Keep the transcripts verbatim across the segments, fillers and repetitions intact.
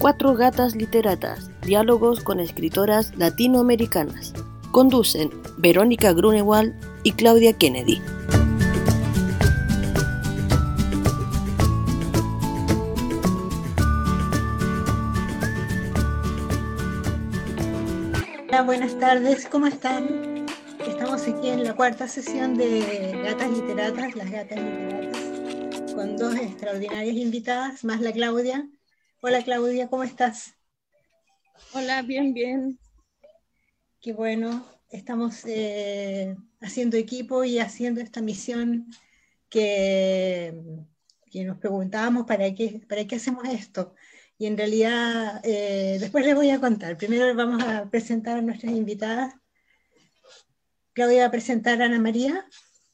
Cuatro gatas literatas, diálogos con escritoras latinoamericanas. Conducen Verónica Grunewald y Claudia Kennedy. Hola, buenas tardes, ¿cómo están? Estamos aquí en la cuarta sesión de Gatas Literatas, las Gatas Literatas, con dos extraordinarias invitadas, más la Claudia. Hola Claudia, ¿cómo estás? Hola, bien, bien. Qué bueno, estamos eh, haciendo equipo y haciendo esta misión que, que nos preguntábamos para qué, para qué hacemos esto. Y en realidad, eh, después les voy a contar. Primero vamos a presentar a nuestras invitadas. Claudia va a presentar a Ana María.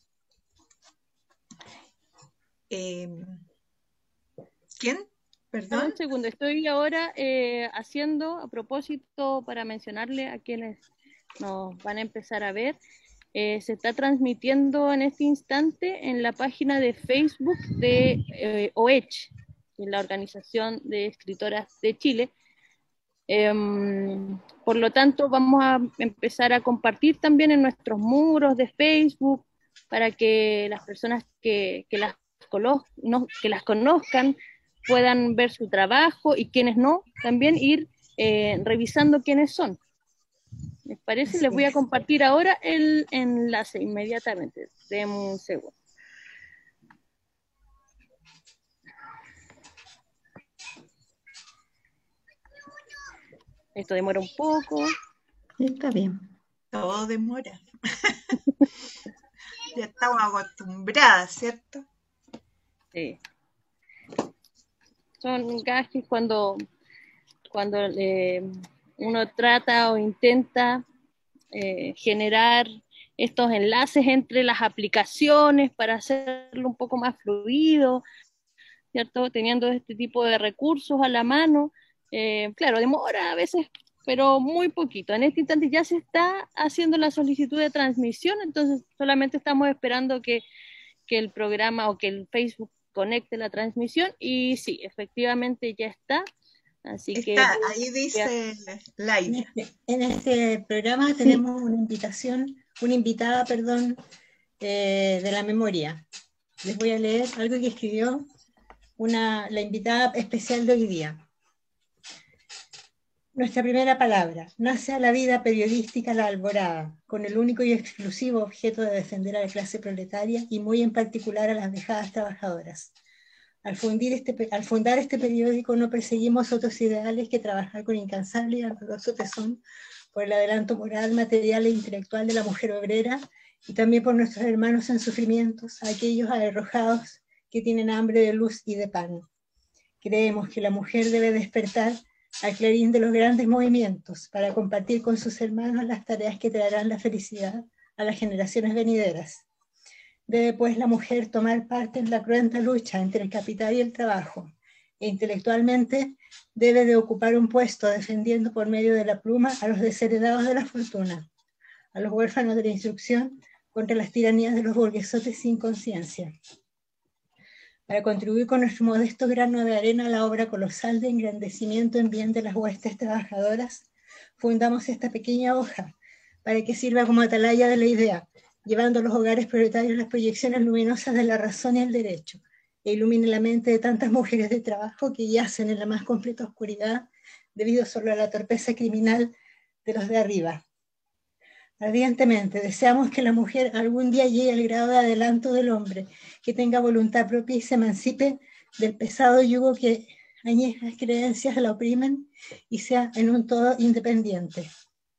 Eh, ¿Quién? Perdón. Un segundo, estoy ahora eh, haciendo, a propósito, para mencionarle a quienes nos van a empezar a ver, eh, se está transmitiendo en este instante en la página de Facebook de eh, O E C H, la Organización de Escritoras de Chile. Eh, por lo tanto, vamos a empezar a compartir también en nuestros muros de Facebook para que las personas que, que, las, no, que las conozcan puedan ver su trabajo y quienes no, también ir eh, revisando quiénes son. ¿Les parece? Así Les voy a es. compartir ahora el enlace inmediatamente. Denme un segundo. Esto demora un poco. Está bien. Todo demora. Ya estamos acostumbradas, ¿cierto? Sí. Son gajes cuando, cuando eh, uno trata o intenta eh, generar estos enlaces entre las aplicaciones para hacerlo un poco más fluido, ¿cierto? Teniendo este tipo de recursos a la mano. Eh, claro, demora a veces, pero muy poquito. En este instante ya se está haciendo la solicitud de transmisión, entonces solamente estamos esperando que, que el programa o que el Facebook conecte la transmisión y sí, efectivamente ya está. Así está, que ahí dice live. En este, en este programa tenemos una invitación, una invitada, perdón, eh, de la memoria. Les voy a leer algo que escribió una, la invitada especial de hoy día. Nuestra primera palabra. Nace a la vida periodística La Alborada, con el único y exclusivo objeto de defender a la clase proletaria y muy en particular a las vejadas trabajadoras. Al, fundir este, al fundar este periódico no perseguimos otros ideales que trabajar con incansable y ardoroso tesón por el adelanto moral, material e intelectual de la mujer obrera y también por nuestros hermanos en sufrimientos, aquellos arrojados que tienen hambre de luz y de pan. Creemos que la mujer debe despertar al clarín de los grandes movimientos para compartir con sus hermanos las tareas que traerán la felicidad a las generaciones venideras. Debe pues la mujer tomar parte en la cruenta lucha entre el capital y el trabajo, e intelectualmente debe de ocupar un puesto defendiendo por medio de la pluma a los desheredados de la fortuna, a los huérfanos de la instrucción contra las tiranías de los burguesotes sin conciencia. Para contribuir con nuestro modesto grano de arena a la obra colosal de engrandecimiento en bien de las huestes trabajadoras, fundamos esta pequeña hoja para que sirva como atalaya de la idea, llevando a los hogares proletarios las proyecciones luminosas de la razón y el derecho, e ilumine la mente de tantas mujeres de trabajo que yacen en la más completa oscuridad debido solo a la torpeza criminal de los de arriba. Ardientemente deseamos que la mujer algún día llegue al grado de adelanto del hombre, que tenga voluntad propia y se emancipe del pesado yugo que añejas creencias la oprimen y sea en un todo independiente.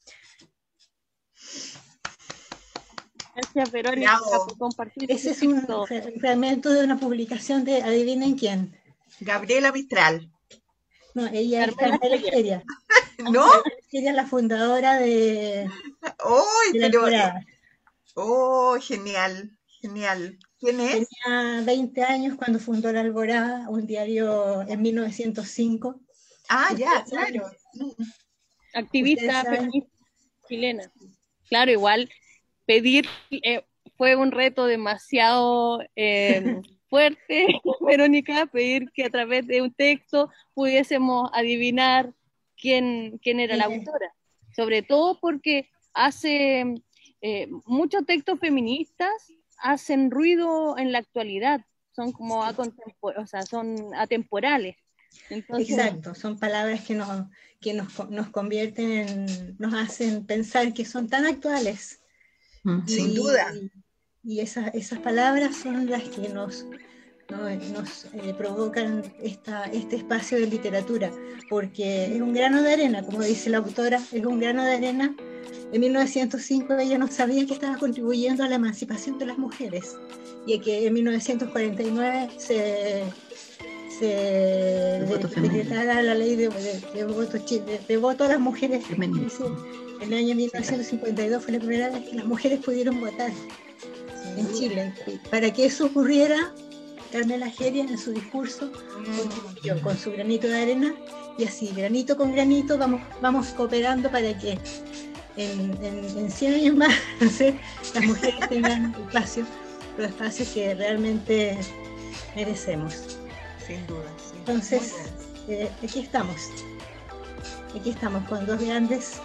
Gracias, Verónica, Bravo. por compartir. Ese es un fragmento de una publicación de, adivinen quién. Gabriela Mistral. No, ella Carmela es Carmela Heredia. Heredia. ¿No? Ella es la fundadora de, ¡Uy, de La pero! Alborada. ¡Oh, genial! Genial. ¿Quién es? Tenía veinte años cuando fundó La Alborada, un diario en mil novecientos cinco. Ah, ya, Ustedes saben, claro. Activista saben, feminista chilena. Claro, igual pedir eh, fue un reto demasiado eh, fuerte, Verónica, pedir que a través de un texto pudiésemos adivinar quién, quién era la autora. Sobre todo porque hace eh, muchos textos feministas hacen ruido en la actualidad, son como o sea, son atemporales. Entonces, exacto, son palabras que nos, que nos, nos convierten en, nos hacen pensar que son tan actuales. Mm, y, sin duda. Y esas, esas palabras son las que nos, nos, nos eh, provocan esta, este espacio de literatura, porque es un grano de arena, como dice la autora, es un grano de arena. En mil novecientos cinco ella no sabía que estaba contribuyendo a la emancipación de las mujeres, y que en mil novecientos cuarenta y nueve se... se decretara la ley de, de, de, voto, de, de voto a las mujeres. Dice, en el año mil novecientos cincuenta y dos fue la primera vez que las mujeres pudieron votar en Chile. Para que eso ocurriera, Carmela Geria en su discurso contribuyó con su granito de arena, y así, granito con granito, vamos, vamos cooperando para que en, en, en cien años más, no sé, las mujeres tengan espacio, los espacios que realmente merecemos. Sin duda. Sí. Entonces, eh, aquí estamos. Aquí estamos con dos grandes.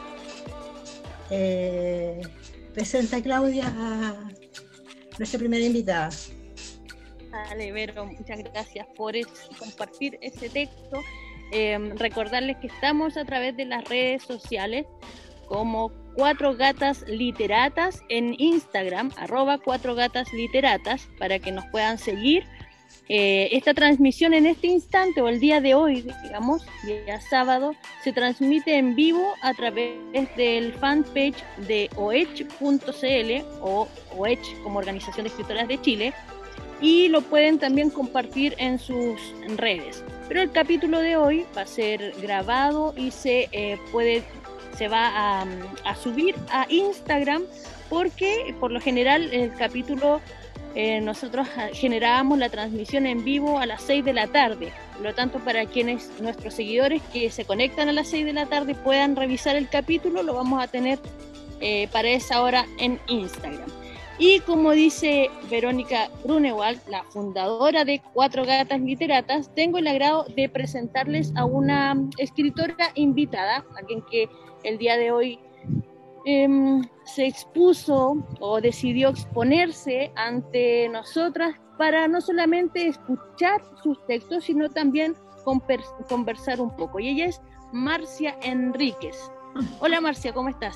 Eh, presenta Claudia a nuestra primera invitada. Vale, Vero, muchas gracias por es, compartir este texto. Eh, recordarles que estamos a través de las redes sociales como Cuatro Gatas Literatas en Instagram, arroba Cuatro Gatas Literatas, para que nos puedan seguir. Eh, esta transmisión en este instante o el día de hoy, digamos, día sábado, se transmite en vivo a través del fanpage de O E C H punto C L o O E C H como Organización de Escritoras de Chile, y lo pueden también compartir en sus redes. Pero el capítulo de hoy va a ser grabado y se eh, puede se va a, a subir a Instagram, porque por lo general el capítulo Eh, nosotros generábamos la transmisión en vivo a las seis de la tarde, por lo tanto, para quienes, nuestros seguidores que se conectan a las seis de la tarde puedan revisar el capítulo, lo vamos a tener eh, para esa hora en Instagram. Y como dice Verónica Grunewald, la fundadora de Cuatro Gatas Literatas, tengo el agrado de presentarles a una escritora invitada, alguien que el día de hoy Eh, se expuso o decidió exponerse ante nosotras para no solamente escuchar sus textos, sino también conversar un poco. Y ella es Marcia Enríquez. Hola Marcia, ¿cómo estás?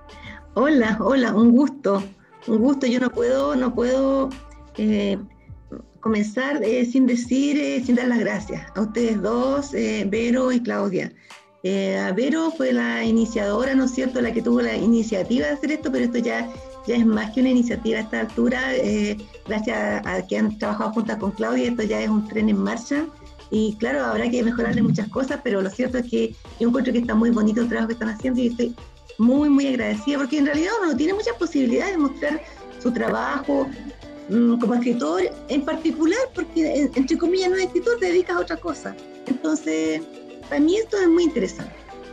Hola, hola, un gusto, un gusto. Yo no puedo, no puedo eh, comenzar eh, sin decir, eh, sin dar las gracias a ustedes dos, eh, Vero y Claudia. Eh, Vero fue la iniciadora, ¿no es cierto?, la que tuvo la iniciativa de hacer esto, pero esto ya, ya es más que una iniciativa a esta altura, eh, gracias a, a que han trabajado juntas con Claudia, esto ya es un tren en marcha, y claro, habrá que mejorarle muchas cosas, pero lo cierto es que yo encuentro que está muy bonito el trabajo que están haciendo, y estoy muy, muy agradecida, porque en realidad uno no tiene muchas posibilidades de mostrar su trabajo mmm, como escritor en particular, porque entre comillas no es escritor, te dedicas a otra cosa. Entonces, para mí esto es muy interesante.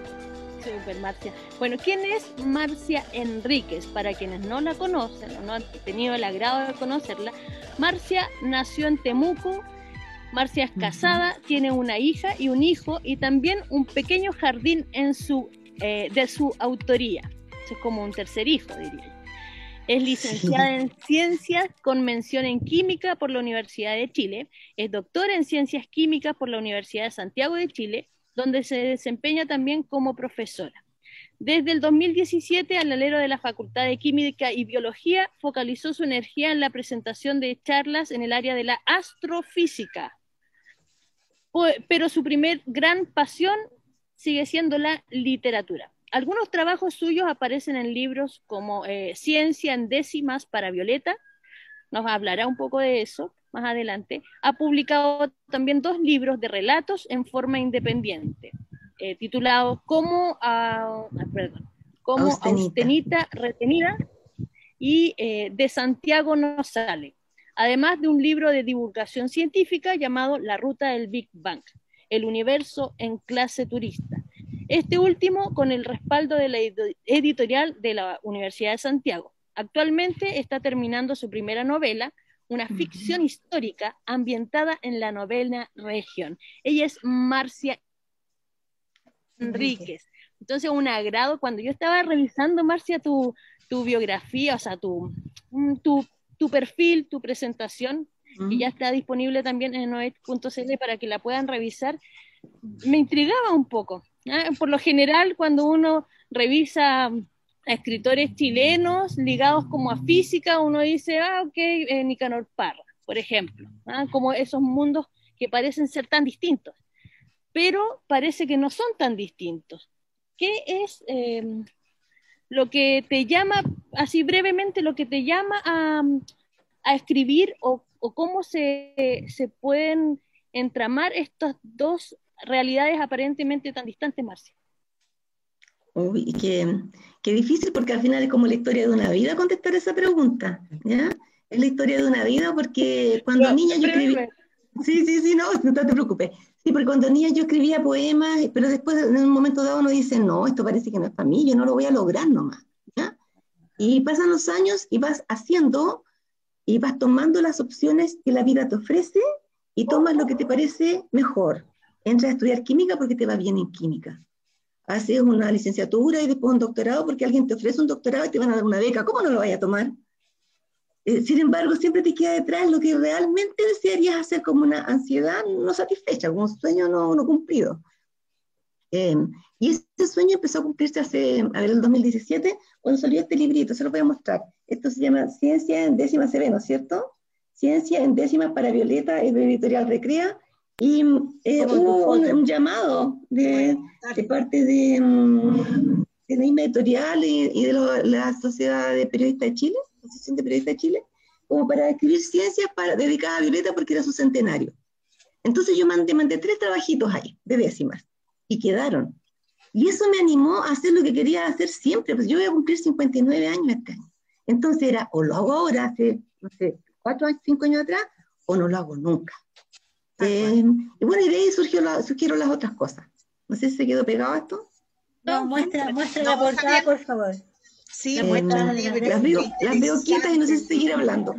Super, Marcia. Bueno, ¿quién es Marcia Enríquez? Para quienes no la conocen o no han tenido el agrado de conocerla, Marcia nació en Temuco. Marcia es casada, uh-huh. tiene una hija y un hijo, y también un pequeño jardín en su, eh, de su autoría. Es como un tercer hijo, diría. Es licenciada sí. en Ciencias con mención en Química por la Universidad de Chile. Es doctora en Ciencias Químicas por la Universidad de Santiago de Chile, donde se desempeña también como profesora. Desde el dos mil diecisiete, al alero de la Facultad de Química y Biología, focalizó su energía en la presentación de charlas en el área de la astrofísica. Pero su primer gran pasión sigue siendo la literatura. Algunos trabajos suyos aparecen en libros como eh, Ciencia en décimas para Violeta, nos hablará un poco de eso más adelante. Ha publicado también dos libros de relatos en forma independiente, eh, titulados Como, uh, perdón, Como Austenita. Austenita Retenida y eh, De Santiago no sale, además de un libro de divulgación científica llamado La Ruta del Big Bang, el universo en clase turista. Este último con el respaldo de la editorial de la Universidad de Santiago. Actualmente está terminando su primera novela, una ficción histórica ambientada en la novena región. Ella es Marcia Enríquez. Entonces, un agrado. Cuando yo estaba revisando, Marcia, tu, tu biografía, o sea, tu, tu, tu perfil, tu presentación, uh-huh. que ya está disponible también en noet punto c l para que la puedan revisar, me intrigaba un poco. ¿eh? Por lo general, cuando uno revisa a escritores chilenos ligados como a física, uno dice, ah, ok, eh, Nicanor Parra, por ejemplo, ¿eh? como esos mundos que parecen ser tan distintos, pero parece que no son tan distintos. ¿Qué es eh, lo que te llama, así brevemente, lo que te llama a, a escribir o, o cómo se, se pueden entramar estas dos realidades aparentemente tan distantes, Marcia? Uy, qué, qué difícil, porque al final es como la historia de una vida contestar esa pregunta, ¿ya? Es la historia de una vida, porque cuando pero, niña yo escribí... Sí, sí, sí, no, no te preocupes. Sí, porque cuando niña yo escribía poemas, pero después en un momento dado uno dice, no, esto parece que no es para mí, yo no lo voy a lograr nomás, ¿ya? Y pasan los años y vas haciendo, y vas tomando las opciones que la vida te ofrece, y tomas lo que te parece mejor. Entras a estudiar química porque te va bien en química. Haces una licenciatura y después un doctorado porque alguien te ofrece un doctorado y te van a dar una beca. ¿Cómo no lo vayas a tomar? Eh, sin embargo, siempre te queda detrás lo que realmente desearías hacer, como una ansiedad no satisfecha, como un sueño no, no cumplido. Eh, y ese sueño empezó a cumplirse hace, a ver, el dos mil diecisiete, cuando salió este librito, se lo voy a mostrar. Esto se llama Ciencia en décima C B, ¿no es cierto? Ciencia en décima para Violeta, es de Editorial Recrea. Y eh, hubo un, un llamado de, de parte de, um, de la misma editorial y, y de lo, la Sociedad de Periodistas de Chile, Asociación de Periodistas de Chile, como para escribir ciencias para, dedicadas a Violeta porque era su centenario. Entonces yo mandé, mandé tres trabajitos ahí, de décimas, y quedaron. Y eso me animó a hacer lo que quería hacer siempre, pues yo voy a cumplir cincuenta y nueve años este año. Entonces era, o lo hago ahora, hace, no sé, cuatro, cinco años atrás, o no lo hago nunca. Eh, y bueno, y de ahí surgió la, surgieron las otras cosas. No sé si se quedó pegado esto. No, muestra, muestra no, la portada, por favor. Sí, eh, muestra el libro. Las veo, las veo quietas y no sé si seguir hablando.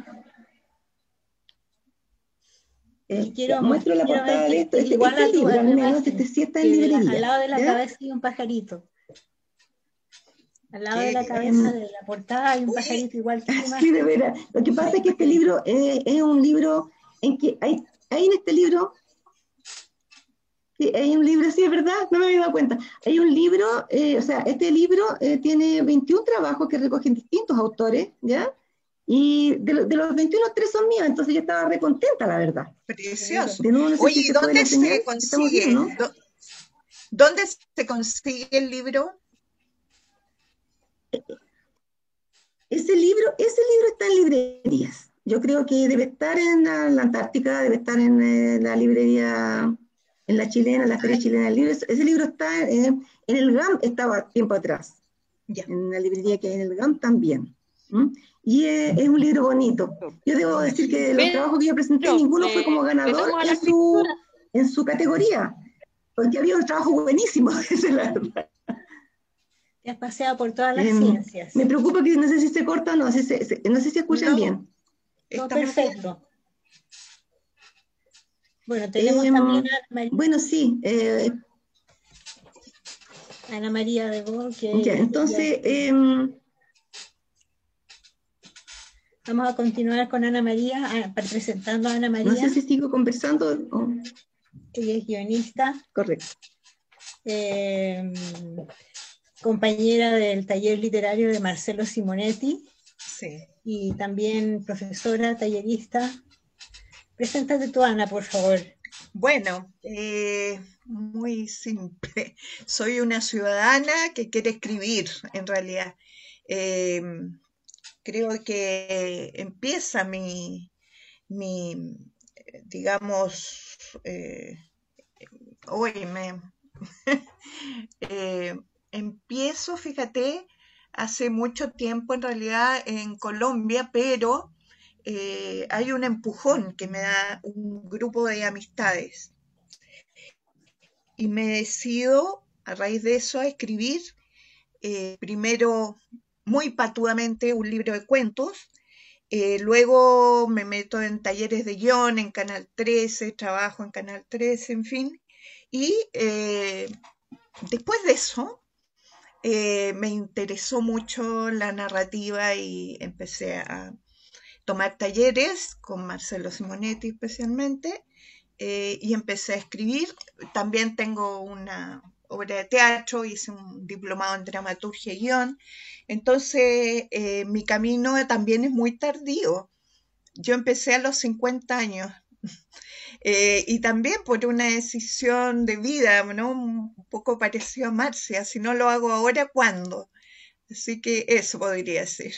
Eh, quiero, muestro la portada de esto. Este, igual este tu, libro, además, este, este sí está en librería. Al lado de la ¿ya? cabeza hay un pajarito. Al lado ¿Qué? de la cabeza de la portada hay un Uy. pajarito igual que tu Sí, de veras. Lo que pasa es que este libro eh, es un libro en que hay, hay en este libro, sí, hay un libro, sí, es verdad, no me había dado cuenta. Hay un libro, eh, o sea, este libro eh, tiene veintiún trabajos que recogen distintos autores, ¿ya? Y de, lo, de los veintiuno, tres son míos, entonces yo estaba re contenta, la verdad. Precioso. De nuevo, no sé Oye, si ¿y se dónde puede se enseñar? consigue? Bien, ¿no? ¿Dónde se consigue el libro? Ese libro, ese libro está en librerías. Yo creo que debe estar en la, la Antártica, debe estar en eh, la librería, en la chilena, la Feria Chilena del Libro. Ese libro está eh, en el G A M, estaba tiempo atrás. Ya. En la librería que hay en el G A M también. ¿Mm? Y eh, es un libro bonito. Yo debo decir que de los Pero, trabajos que yo presenté, ninguno fue como ganador en su, en su categoría, porque había un trabajo buenísimo, esa es la verdad. Te has paseado por todas las Eh, ciencias. me preocupa que no sé si se corta o no, si se, se, no sé si escuchan No, bien. No, perfecto. Bueno, tenemos eh, también a Ana María. Bueno, sí. Eh, Ana María de Bo, que ya, entonces... ya, Eh, vamos a continuar con Ana María, a, presentando a Ana María. No sé si sigo conversando. O... Ella es guionista. Correcto. Eh, compañera del taller literario de Marcelo Simonetti. Sí. Y también profesora, tallerista. Preséntate tú, Ana, por favor. Bueno, eh, muy simple. Soy una ciudadana que quiere escribir, en realidad. Eh, creo que empieza mi, mi digamos, eh, hoy me... eh, empiezo, fíjate, hace mucho tiempo en realidad en Colombia, pero eh, hay un empujón que me da un grupo de amistades y me decido a raíz de eso a escribir eh, primero muy patudamente un libro de cuentos Eh, luego me meto en talleres de guión en Canal trece, trabajo en Canal trece, en fin. Y eh, después de eso, eh, me interesó mucho la narrativa y empecé a tomar talleres con Marcelo Simonetti especialmente, eh, y empecé a escribir. También tengo una obra de teatro, hice un diplomado en dramaturgia y guión. Entonces, eh, mi camino también es muy tardío. Yo empecé a los cincuenta años, eh, y también por una decisión de vida, ¿no? Un poco parecido a Marcia. Si no lo hago ahora, ¿cuándo? Así que eso podría decir.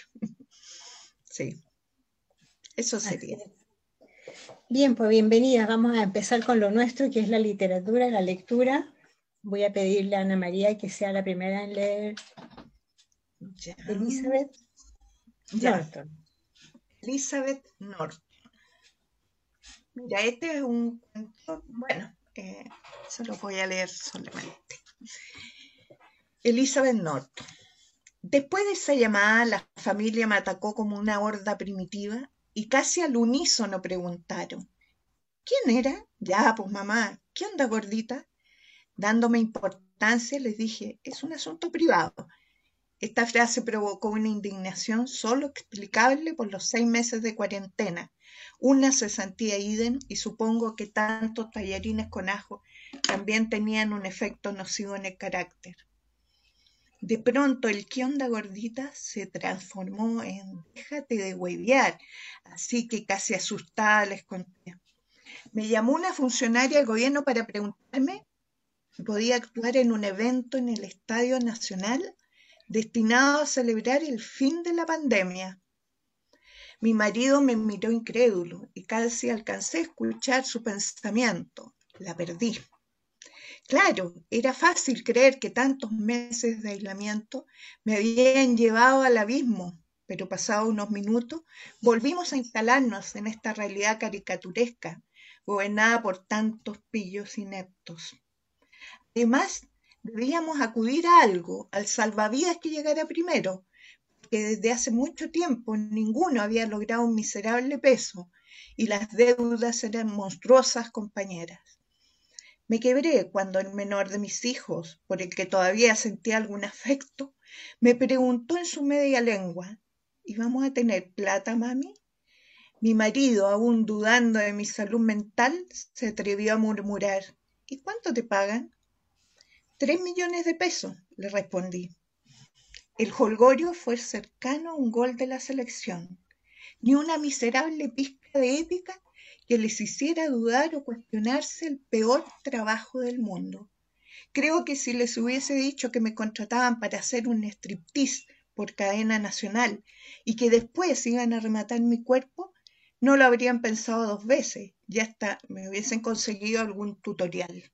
Sí, eso sería. Bien, pues bienvenida. Vamos a empezar con lo nuestro, que es la literatura, la lectura. Voy a pedirle a Ana María que sea la primera en leer. Ya. Elizabeth Ya. Norton. Elizabeth Norton. Mira, este es un cuento, bueno, eh, se lo voy a leer solamente. Elizabeth Norton. Después de esa llamada, la familia me atacó como una horda primitiva y casi al unísono preguntaron: ¿quién era? Ya, pues mamá, ¿qué onda, gordita? Dándome importancia, les dije: es un asunto privado. Esta frase provocó una indignación solo explicable por los seis meses de cuarentena, una cesantía idem, y supongo que tantos tallarines con ajo también tenían un efecto nocivo en el carácter. De pronto el ¿qué onda, gordita? Se transformó en déjate de huevear, así que casi asustada les conté. Me llamó una funcionaria del gobierno para preguntarme si podía actuar en un evento en el Estadio Nacional destinado a celebrar el fin de la pandemia. Mi marido me miró incrédulo y casi alcancé a escuchar su pensamiento. La perdí. Claro, era fácil creer que tantos meses de aislamiento me habían llevado al abismo, pero pasados unos minutos volvimos a instalarnos en esta realidad caricaturesca, gobernada por tantos pillos ineptos. Además, debíamos acudir a algo, al salvavidas que llegara primero, porque desde hace mucho tiempo ninguno había logrado un miserable peso y las deudas eran monstruosas compañeras. Me quebré cuando el menor de mis hijos, por el que todavía sentía algún afecto, me preguntó en su media lengua: ¿y vamos a tener plata, mami? Mi marido, aún dudando de mi salud mental, se atrevió a murmurar: ¿y cuánto te pagan? Tres millones de pesos, le respondí. El jolgorio fue cercano a un gol de la selección, ni una miserable pizca de ética que les hiciera dudar o cuestionarse el peor trabajo del mundo. Creo que si les hubiese dicho que me contrataban para hacer un striptease por cadena nacional y que después iban a rematar mi cuerpo, no lo habrían pensado dos veces, y hasta me hubiesen conseguido algún tutorial.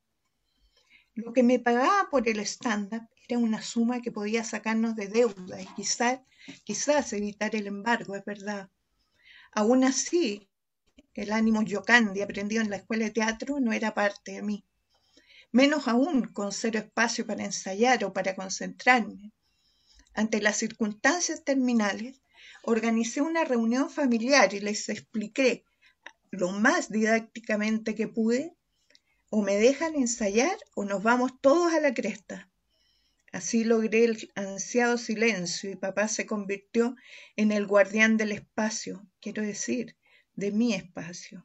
Lo que me pagaba por el stand-up era una suma que podía sacarnos de deuda y quizás, quizás evitar el embargo, es verdad. Aún así, el ánimo yocandi aprendido en la escuela de teatro no era parte de mí. Menos aún con cero espacio para ensayar o para concentrarme. Ante las circunstancias terminales, organicé una reunión familiar y les expliqué lo más didácticamente que pude: o me dejan ensayar o nos vamos todos a la cresta. Así logré el ansiado silencio y papá se convirtió en el guardián del espacio, quiero decir, de mi espacio.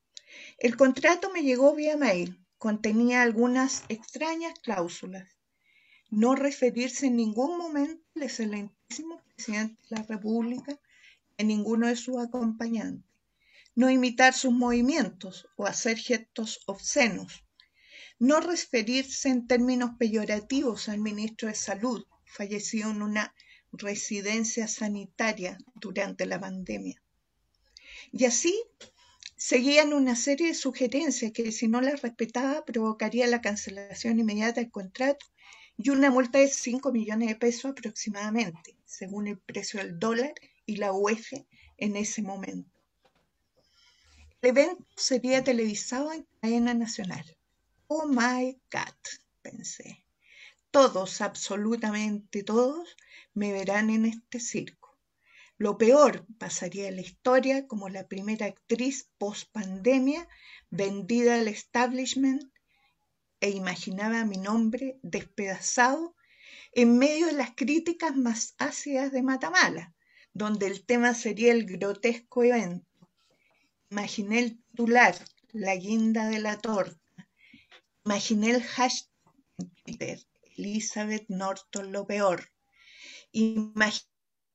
El contrato me llegó vía mail, contenía algunas extrañas cláusulas: no referirse en ningún momento al excelentísimo presidente de la República y a ninguno de sus acompañantes, no imitar sus movimientos o hacer gestos obscenos, no referirse en términos peyorativos al ministro de Salud, fallecido en una residencia sanitaria durante la pandemia. Y así seguían una serie de sugerencias que, si no las respetaba, provocaría la cancelación inmediata del contrato y una multa de cinco millones de pesos aproximadamente, según el precio del dólar y la U E F en ese momento. El evento sería televisado en cadena nacional. Oh my God, pensé. Todos, absolutamente todos, me verán en este circo. Lo peor, pasaría en la historia como la primera actriz post-pandemia vendida al establishment, e imaginaba mi nombre despedazado en medio de las críticas más ácidas de Matamala, donde el tema sería el grotesco evento. Imaginé el titular, la guinda de la torta. Imaginé el hashtag en Twitter, Elizabeth Norton lo peor. Imaginé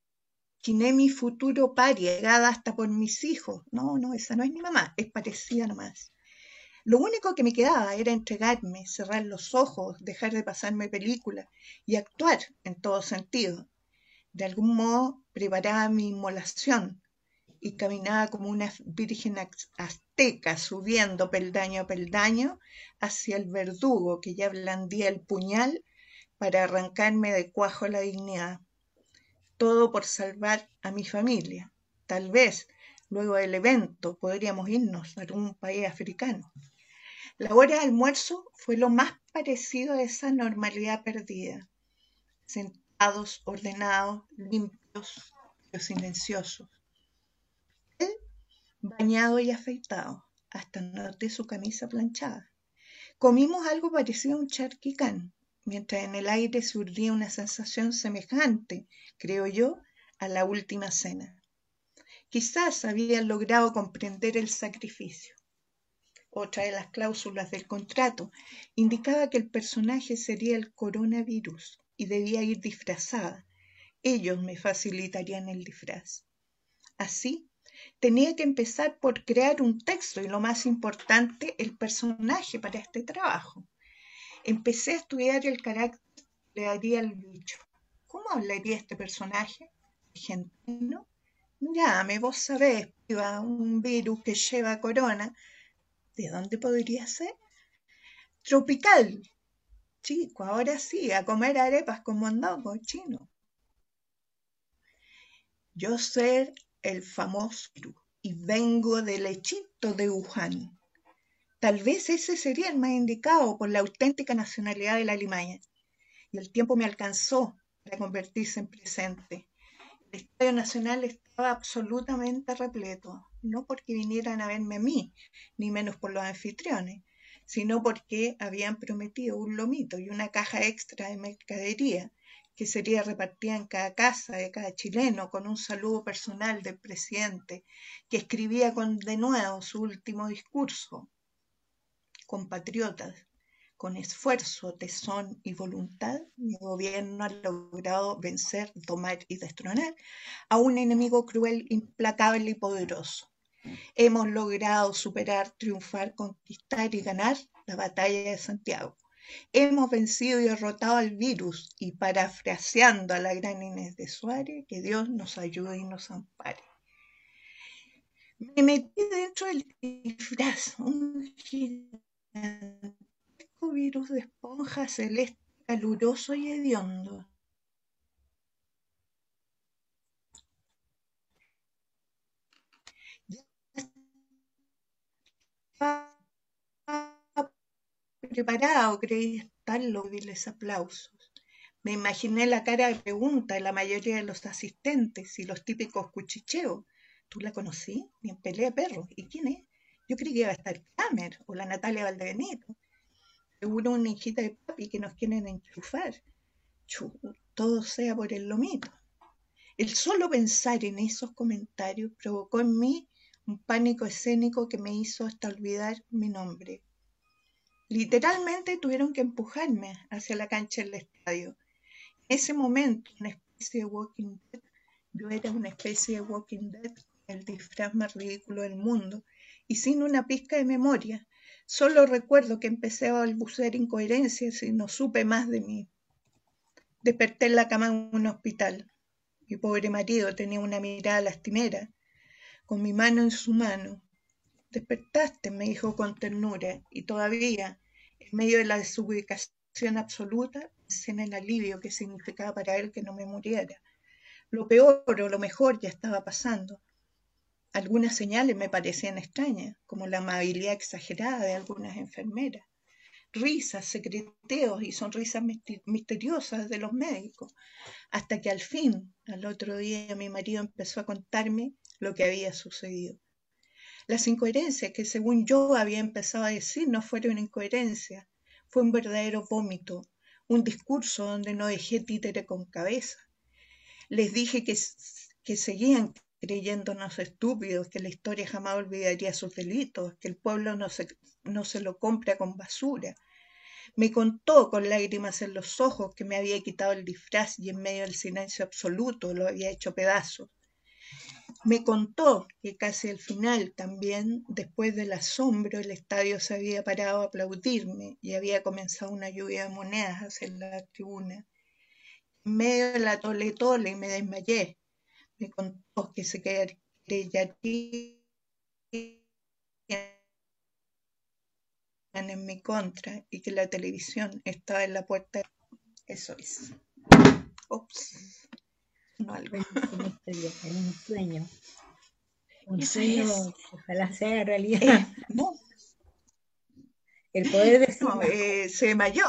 mi futuro paria, llegada hasta por mis hijos. No, no, esa no es mi mamá, es parecida nomás. Lo único que me quedaba era entregarme, cerrar los ojos, dejar de pasarme películas y actuar en todo sentido. De algún modo preparaba mi inmolación y caminaba como una virgen azteca, subiendo peldaño a peldaño hacia el verdugo que ya blandía el puñal para arrancarme de cuajo la dignidad. Todo por salvar a mi familia. Tal vez, luego del evento, podríamos irnos a algún país africano. La hora de almuerzo fue lo más parecido a esa normalidad perdida. Sentados, ordenados, limpios, pero silenciosos. Él, bañado y afeitado, hasta noté su camisa planchada. Comimos algo parecido a un charquicán, mientras en el aire surgía una sensación semejante, creo yo, a la última cena. Quizás habían logrado comprender el sacrificio. Otra de las cláusulas del contrato indicaba que el personaje sería el coronavirus y debía ir disfrazada. Ellos me facilitarían el disfraz. Así, tenía que empezar por crear un texto y, lo más importante, el personaje para este trabajo. Empecé a estudiar el carácter que le daría al bicho. ¿Cómo hablaría este personaje? ¿Argentino? Mirame, vos sabés, piba, un virus que lleva corona. ¿De dónde podría ser? Tropical. Chico, ahora sí, a comer arepas con mondongo chino. Yo soy el famoso virus y vengo del lechito de Wuhan. Tal vez ese sería el más indicado por la auténtica nacionalidad de la limaña. Y el tiempo me alcanzó para convertirse en presente. El Estadio Nacional estaba absolutamente repleto, no porque vinieran a verme a mí, ni menos por los anfitriones, sino porque habían prometido un lomito y una caja extra de mercadería que sería repartida en cada casa de cada chileno con un saludo personal del presidente, que escribía con denuedo su último discurso. Compatriotas, con esfuerzo, tesón y voluntad, mi gobierno ha logrado vencer, domar y destronar a un enemigo cruel, implacable y poderoso. Hemos logrado superar, triunfar, conquistar y ganar la batalla de Santiago. Hemos vencido y derrotado al virus y, parafraseando a la gran Inés de Suárez, que Dios nos ayude y nos ampare. Me metí dentro del disfraz, un gigante virus de esponja celeste, caluroso y hediondo. Ya estaba preparado, creí estar los viles aplausos. Me imaginé la cara de pregunta de la mayoría de los asistentes y los típicos cuchicheos. ¿Tú la conocí? Ni en pelea de perros. ¿Y quién es? Yo creí que iba a estar Kramer o la Natalia Valdebenito. Seguro una hijita de papi que nos quieren enchufar. Chu, todo sea por el lomito. El solo pensar en esos comentarios provocó en mí un pánico escénico que me hizo hasta olvidar mi nombre. Literalmente tuvieron que empujarme hacia la cancha del estadio. En ese momento, una especie de Walking Dead, yo era una especie de Walking Dead, el disfraz más ridículo del mundo, y sin una pizca de memoria. Solo recuerdo que empecé a balbucear incoherencias y no supe más de mí. Desperté en la cama en un hospital. Mi pobre marido tenía una mirada lastimera, con mi mano en su mano. Despertaste, me dijo con ternura, y todavía, en medio de la desubicación absoluta, pensé en el alivio que significaba para él que no me muriera. Lo peor o lo mejor ya estaba pasando. Algunas señales me parecían extrañas, como la amabilidad exagerada de algunas enfermeras. risas, secreteos y sonrisas misteriosas de los médicos, hasta que al fin, al otro día, mi marido empezó a contarme lo que había sucedido. Las incoherencias que según yo había empezado a decir no fueron incoherencias, fue un verdadero vómito, un discurso donde no dejé títere con cabeza. Les dije que, que seguían creyéndonos estúpidos, que la historia jamás olvidaría sus delitos, que el pueblo no se, no se lo compra con basura. Me contó con lágrimas en los ojos que me había quitado el disfraz y en medio del silencio absoluto lo había hecho pedazos. Me contó que casi al final también, después del asombro, el estadio se había parado a aplaudirme y había comenzado una lluvia de monedas hacia la tribuna. En medio de la tole tole me desmayé. Me contó que se creyerían en mi contra y que la televisión estaba en la puerta. Eso es. Ups. No, algo. Es un sueño. Un Eso sueño, es. ojalá sea realidad. Eh, no, El poder decir no, las eh, se desmayó.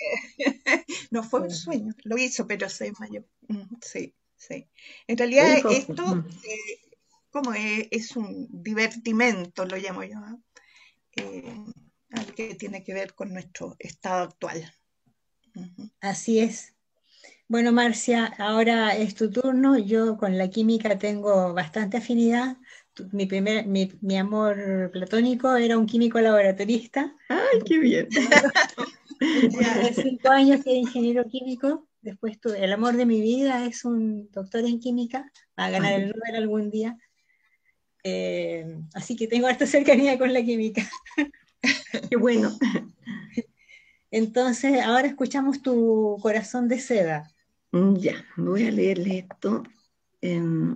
No fue un cosas. sueño, lo hizo, pero se desmayó. Mm, sí, sí. En Lo realidad dijo. esto, Mm. eh, como es, es un divertimento, lo llamo yo, ¿eh? Eh, algo que tiene que ver con nuestro estado actual. Ujú. Así es. Bueno, Marcia, ahora es tu turno. Yo con la química tengo bastante afinidad. Tu- Mi, primer, mi, mi amor platónico era un químico laboratorista. Ay, qué bien. Ya hace cinco años que es ingeniero químico. Después tuve, el amor de mi vida es un doctor en química. Va a ganar el Nobel algún día. Eh, así que tengo harta cercanía con la química. Qué bueno. Entonces, ahora escuchamos tu Corazón de Seda. Mm, Ya, voy a leerle esto. Em,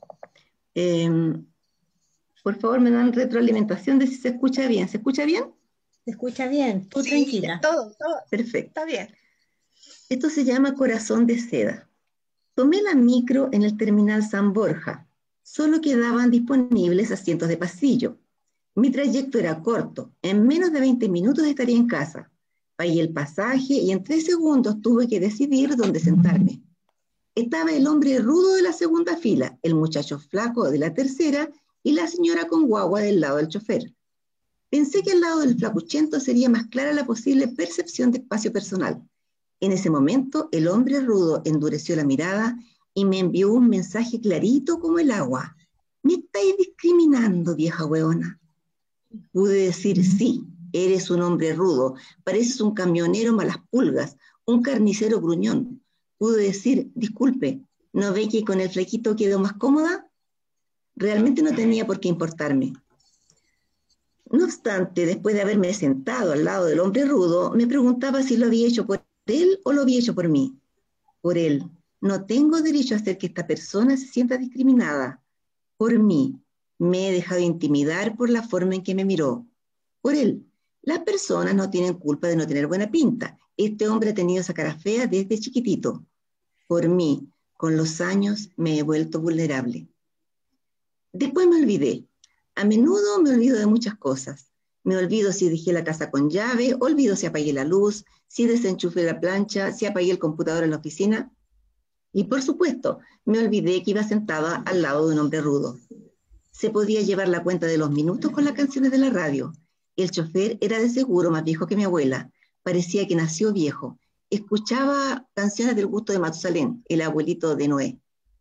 em, por favor, me dan retroalimentación de si se escucha bien. ¿Se escucha bien? ¿Se escucha bien? Tú Sí, tranquila. todo, todo Perfecto. está bien. Esto se llama Corazón de Seda. Tomé la micro en el terminal San Borja. Solo quedaban disponibles asientos de pasillo. Mi trayecto era corto. En menos de veinte minutos estaría en casa. Pagué el pasaje y en tres segundos tuve que decidir dónde sentarme. Estaba el hombre rudo de la segunda fila, el muchacho flaco de la tercera y la señora con guagua del lado del chofer. Pensé que al lado del flacuchento sería más clara la posible percepción de espacio personal. En ese momento, el hombre rudo endureció la mirada y me envió un mensaje clarito como el agua. ¿Me estáis discriminando, vieja hueona? Pude decir, sí, eres un hombre rudo, pareces un camionero malas pulgas, un carnicero gruñón. Pude decir, disculpe, ¿no ve que con el flequito quedo más cómoda? Realmente no tenía por qué importarme. No obstante, después de haberme sentado al lado del hombre rudo, me preguntaba si lo había hecho por él o lo había hecho por mí. Por él. No tengo derecho a hacer que esta persona se sienta discriminada. Por mí. Me he dejado intimidar por la forma en que me miró. Por él. Las personas no tienen culpa de no tener buena pinta. Este hombre ha tenido esa cara fea desde chiquitito. Por mí. Con los años me he vuelto vulnerable. Después me olvidé. A menudo me olvido de muchas cosas. Me olvido si dejé la casa con llave, olvido si apagué la luz, si desenchufé la plancha, si apagué el computador en la oficina. Y por supuesto, me olvidé que iba sentada al lado de un hombre rudo. Se podía llevar la cuenta de los minutos con las canciones de la radio. El chofer era de seguro más viejo que mi abuela. Parecía que nació viejo. Escuchaba canciones del gusto de Matusalén, el abuelito de Noé.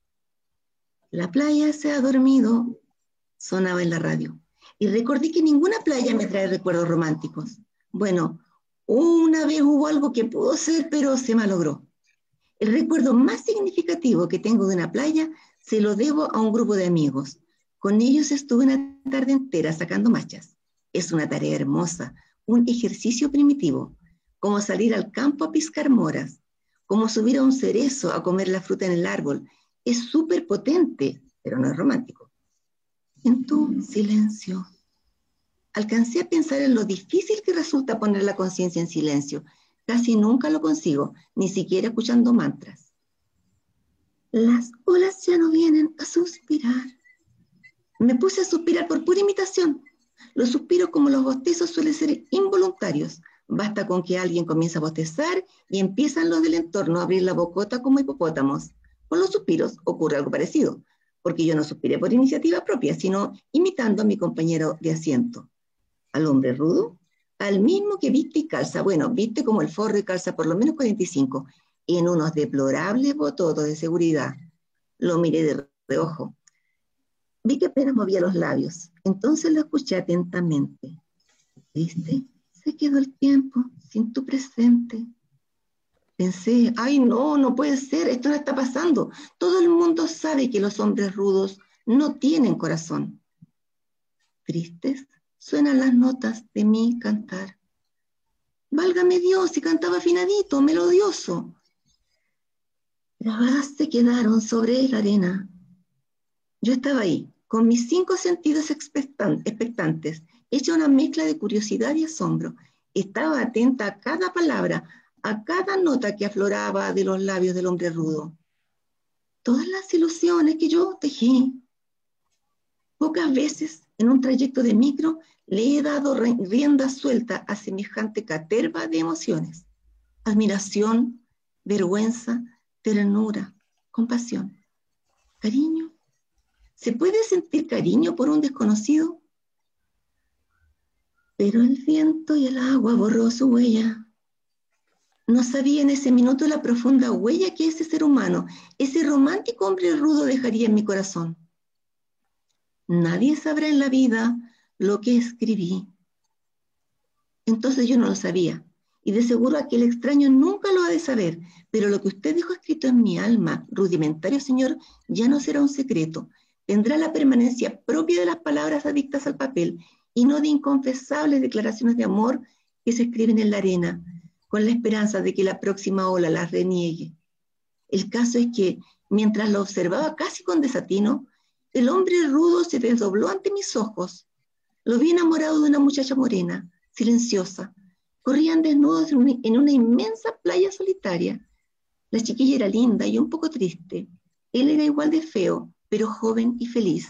La playa se ha dormido, sonaba en la radio. Y recordé que ninguna playa me trae recuerdos románticos. Bueno, una vez hubo algo que pudo ser, pero se malogró. El recuerdo más significativo que tengo de una playa se lo debo a un grupo de amigos. Con ellos estuve una tarde entera sacando machas. Es una tarea hermosa, un ejercicio primitivo, como salir al campo a piscar moras, como subir a un cerezo a comer la fruta en el árbol. Es súper potente, pero no es romántico. En tu silencio. Alcancé a pensar en lo difícil que resulta poner la conciencia en silencio. Casi nunca lo consigo, ni siquiera escuchando mantras. Las olas ya no vienen a suspirar. Me puse a suspirar por pura imitación. Los suspiros como los bostezos suelen ser involuntarios. Basta con que alguien comience a bostezar y empiezan los del entorno a abrir la bocota como hipopótamos. Con los suspiros ocurre algo parecido, porque yo no suspiré por iniciativa propia, sino imitando a mi compañero de asiento. Al hombre rudo, al mismo que viste y calza, bueno, viste como el forro y calza por lo menos cuarenta y cinco, en unos deplorables bototos de seguridad. Lo miré de reojo. Vi que apenas movía los labios, entonces lo escuché atentamente. ¿Viste? Se quedó el tiempo sin tu presente. Pensé, ay no, no puede ser, esto no está pasando. Todo el mundo sabe que los hombres rudos no tienen corazón. Tristes suenan las notas de mi cantar. Válgame Dios, y cantaba afinadito, melodioso. Grabadas se quedaron sobre la arena. Yo estaba ahí, con mis cinco sentidos expectantes, hecha una mezcla de curiosidad y asombro. Estaba atenta a cada palabra, a cada nota que afloraba de los labios del hombre rudo. Todas las ilusiones que yo tejí. Pocas veces en un trayecto de micro le he dado rienda suelta a semejante caterva de emociones. Admiración, vergüenza, ternura, compasión, cariño. ¿Se puede sentir cariño por un desconocido? Pero el viento y el agua borró su huella. No sabía en ese minuto la profunda huella que ese ser humano, ese romántico hombre rudo dejaría en mi corazón. Nadie sabrá en la vida lo que escribí. Entonces yo no lo sabía, y de seguro aquel extraño nunca lo ha de saber, pero lo que usted dejó escrito en mi alma, rudimentario señor, ya no será un secreto. Tendrá la permanencia propia de las palabras adictas al papel, y no de inconfesables declaraciones de amor que se escriben en la arena, con la esperanza de que la próxima ola las reniegue. El caso es que, mientras lo observaba casi con desatino, el hombre rudo se desdobló ante mis ojos. Lo vi enamorado de una muchacha morena, silenciosa. Corrían desnudos en una, en una inmensa playa solitaria. La chiquilla era linda y un poco triste. Él era igual de feo, pero joven y feliz.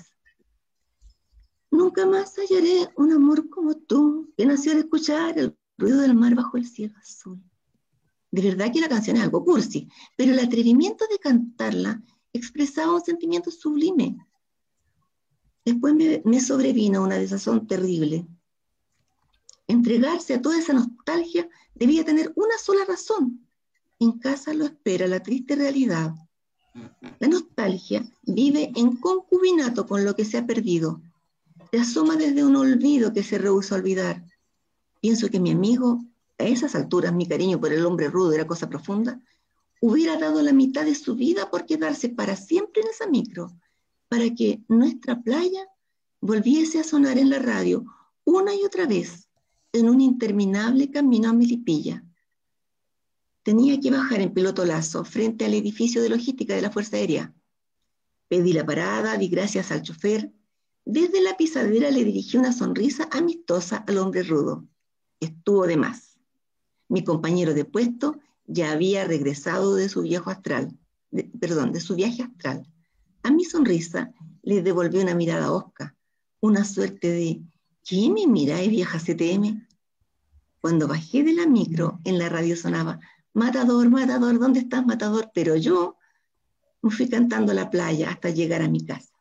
Nunca más hallaré un amor como tú, que nació de escuchar el ruido del mar bajo el cielo azul. De verdad que la canción es algo cursi, pero el atrevimiento de cantarla expresaba un sentimiento sublime. Después me, me sobrevino una desazón terrible. Entregarse a toda esa nostalgia debía tener una sola razón. En casa lo espera la triste realidad. La nostalgia vive en concubinato con lo que se ha perdido. Se asoma desde un olvido que se rehúsa a olvidar. Pienso que mi amigo, a esas alturas mi cariño por el hombre rudo era cosa profunda, hubiera dado la mitad de su vida por quedarse para siempre en esa micro, para que nuestra playa volviese a sonar en la radio una y otra vez en un interminable camino a Melipilla. Tenía que bajar en piloto lazo frente al edificio de logística de la Fuerza Aérea. Pedí la parada, di gracias al chofer. Desde la pisadera le dirigí una sonrisa amistosa al hombre rudo. Estuvo de más. Mi compañero de puesto ya había regresado de su viaje astral, de, perdón, de su viaje astral. A mi sonrisa le devolvió una mirada hosca, una suerte de ¿qué me miráis, vieja C T M? Cuando bajé de la micro, en la radio sonaba Matador, Matador, ¿dónde estás, Matador? Pero yo me fui cantando la playa hasta llegar a mi casa.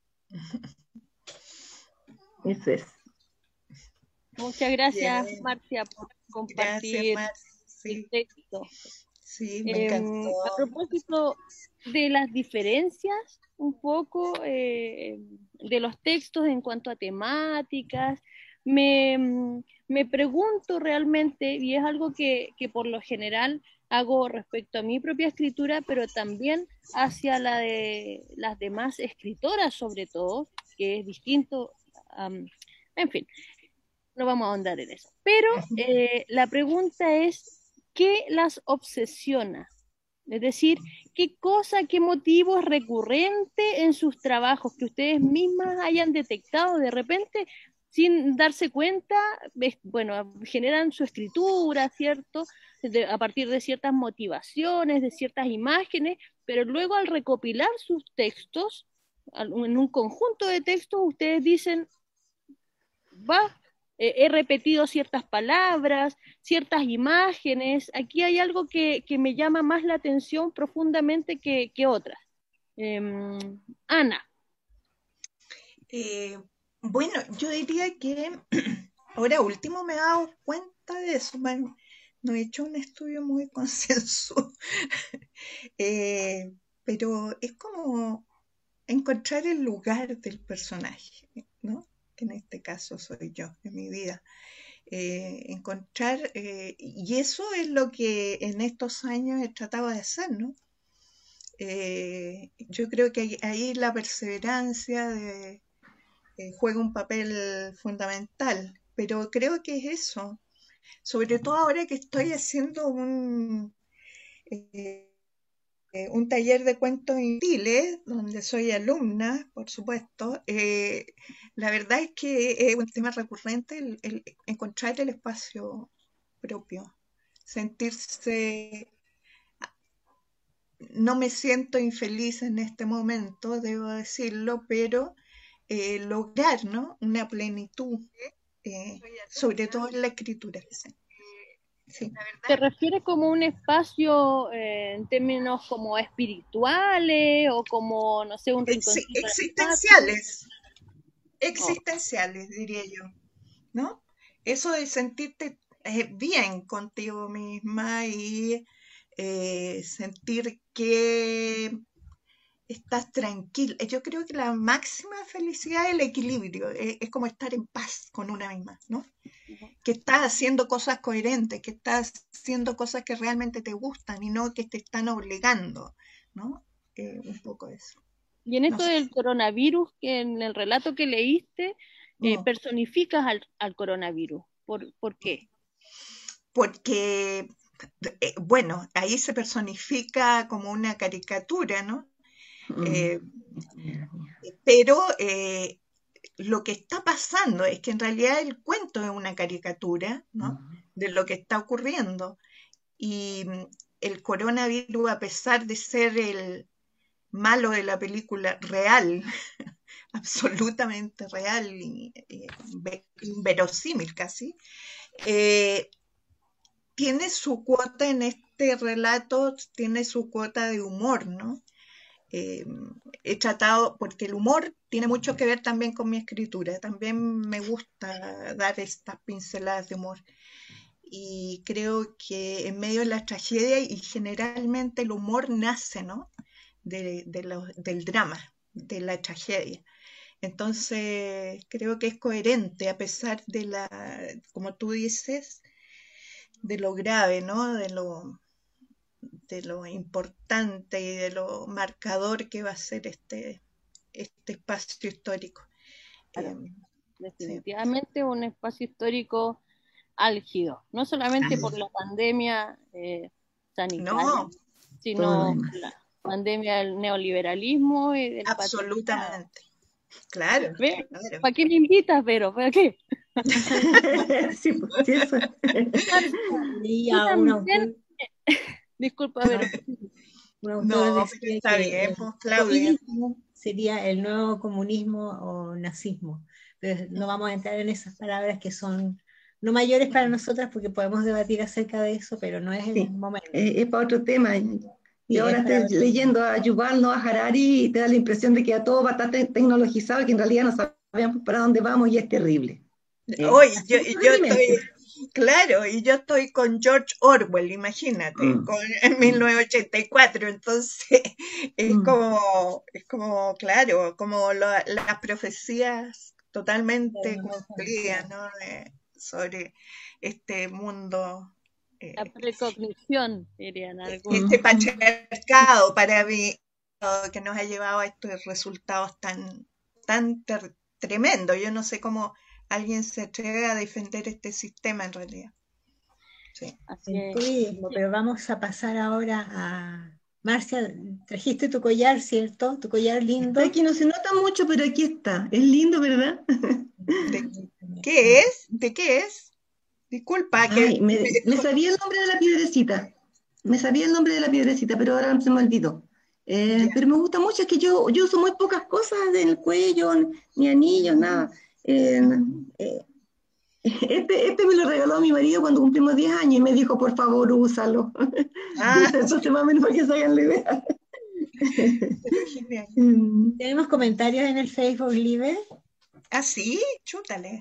Eso es. Muchas gracias, Bien. Marcia, por compartir Gracias, Marcia. Sí, el texto. sí, me Eh, encantó. a propósito de las diferencias, un poco eh, de los textos en cuanto a temáticas, me, me pregunto realmente, y es algo que, que por lo general hago respecto a mi propia escritura, pero también hacia la de las demás escritoras, sobre todo, que es distinto, um, en fin, no vamos a ahondar en eso. Pero eh, la pregunta es, ¿qué las obsesiona? Es decir, ¿qué cosa, qué motivo es recurrente en sus trabajos que ustedes mismas hayan detectado de repente sin darse cuenta? Bueno, generan su escritura, ¿cierto? De, a partir de ciertas motivaciones, de ciertas imágenes, pero luego al recopilar sus textos, en un conjunto de textos, ustedes dicen, va, eh, he repetido ciertas palabras, ciertas imágenes. Aquí hay algo que, que me llama más la atención profundamente que, que otras. Eh, Ana. Eh, bueno, yo diría que ahora último me he dado cuenta de eso. Man, no he hecho un estudio muy concienzudo, eh, pero es como encontrar el lugar del personaje, ¿no? Que en este caso soy yo, en mi vida. Eh, encontrar, eh, y eso es lo que en estos años he tratado de hacer, ¿no? Eh, yo creo que ahí, ahí la perseverancia de, eh, juega un papel fundamental, pero creo que es eso, sobre todo ahora que estoy haciendo un, eh, eh, un taller de cuentos infantiles, donde soy alumna, por supuesto. Eh, la verdad es que es un tema recurrente el, el encontrar el espacio propio, sentirse. No me siento infeliz en este momento, debo decirlo, pero eh, lograr, ¿no? Una plenitud, eh, sobre todo en la escritura. Sí. ¿Te refieres como un espacio eh, en términos como espirituales o como, no sé, un rinconcito? Ex existenciales, existenciales, oh. diría yo, ¿no? Eso de sentirte eh, bien contigo misma y eh, sentir que estás tranquila. Yo creo que la máxima felicidad es el equilibrio, es, es como estar en paz con una misma, ¿no? Uh-huh. Que estás haciendo cosas coherentes, que estás haciendo cosas que realmente te gustan y no que te están obligando, ¿no? Eh, un poco eso. Y en esto no sé. del coronavirus, que en el relato que leíste, eh, no. personificas al, al coronavirus. ¿Por, ¿Por qué? Porque, eh, bueno, ahí se personifica como una caricatura, ¿no? Eh, pero eh, lo que está pasando es que en realidad el cuento es una caricatura, ¿no? De lo que está ocurriendo. Y el coronavirus, a pesar de ser el malo de la película real, absolutamente real y, y inverosímil casi, eh, tiene su cuota en este relato, tiene su cuota de humor, ¿no? Eh, he tratado, porque el humor tiene mucho que ver también con mi escritura, también me gusta dar estas pinceladas de humor y creo que en medio de la tragedia y generalmente el humor nace, ¿no? de, de lo, del drama, de la tragedia, entonces creo que es coherente a pesar de la, como tú dices, de lo grave, ¿no? de lo de lo importante y de lo marcador que va a ser este, este espacio histórico. Claro, eh, definitivamente sí. Un espacio histórico álgido, no solamente ah. por la pandemia eh, sanitaria, no, sino por la pandemia del neoliberalismo y del absolutamente. Claro, claro. ¿Para qué me invitas, Vero? ¿Para qué? sí, pues, eso. Y también, disculpa, a ver. No, no pero está bien, pues, Claudia. Sería el nuevo comunismo o nazismo. Pero no vamos a entrar en esas palabras que son no mayores para nosotras porque podemos debatir acerca de eso, pero no es sí, el momento. Eh, es para otro tema. Y sí, ahora estoy leyendo a Yuval Noah Harari y te da la impresión de que ya todo va a estar te tecnologizado y que en realidad no sabemos para dónde vamos y es terrible. Hoy eh, yo, yo estoy... Claro, y yo estoy con George Orwell, imagínate, mm. con en mil novecientos ochenta y cuatro, entonces es mm. como, es como, claro, como lo, las profecías totalmente sí, cumplidas, ¿no? De, sobre este mundo. Eh, La precognición, dirían algunos. Este patriarcado para mí, que nos ha llevado a estos resultados tan, tan ter, tremendos. Yo no sé cómo alguien se atreve a defender este sistema en realidad. Sí. El turismo, pero vamos a pasar ahora a... Marcia, trajiste tu collar, ¿cierto? Tu collar lindo. Está aquí, no se nota mucho, pero aquí está. Es lindo, ¿verdad? ¿De qué es? ¿De qué es? Disculpa. Ay, que... me, me sabía el nombre de la piedrecita. Me sabía el nombre de la piedrecita, pero ahora se me olvidó. Eh, pero me gusta mucho, es que yo, yo uso muy pocas cosas en el cuello, ni anillos, nada. Eh, eh, Este, este me lo regaló mi marido cuando cumplimos diez años y me dijo, por favor, úsalo. Ah, Entonces, más o menos para que se hagan la idea. genial. ¿Tenemos comentarios en el Facebook Live? ¿Ah, sí? Chútale.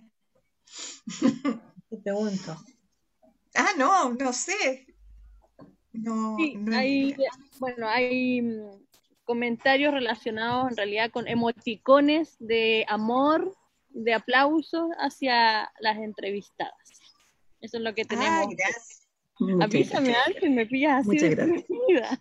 Te pregunto. Ah, no, no sé. No, Sí, no hay, bueno, hay mm, comentarios relacionados en realidad con emoticones de amor, de aplausos hacia las entrevistadas. Eso es lo que Ah, tenemos. gracias. Muchas Avísame gracias. antes, me pillas así Muchas gracias. desprevenida.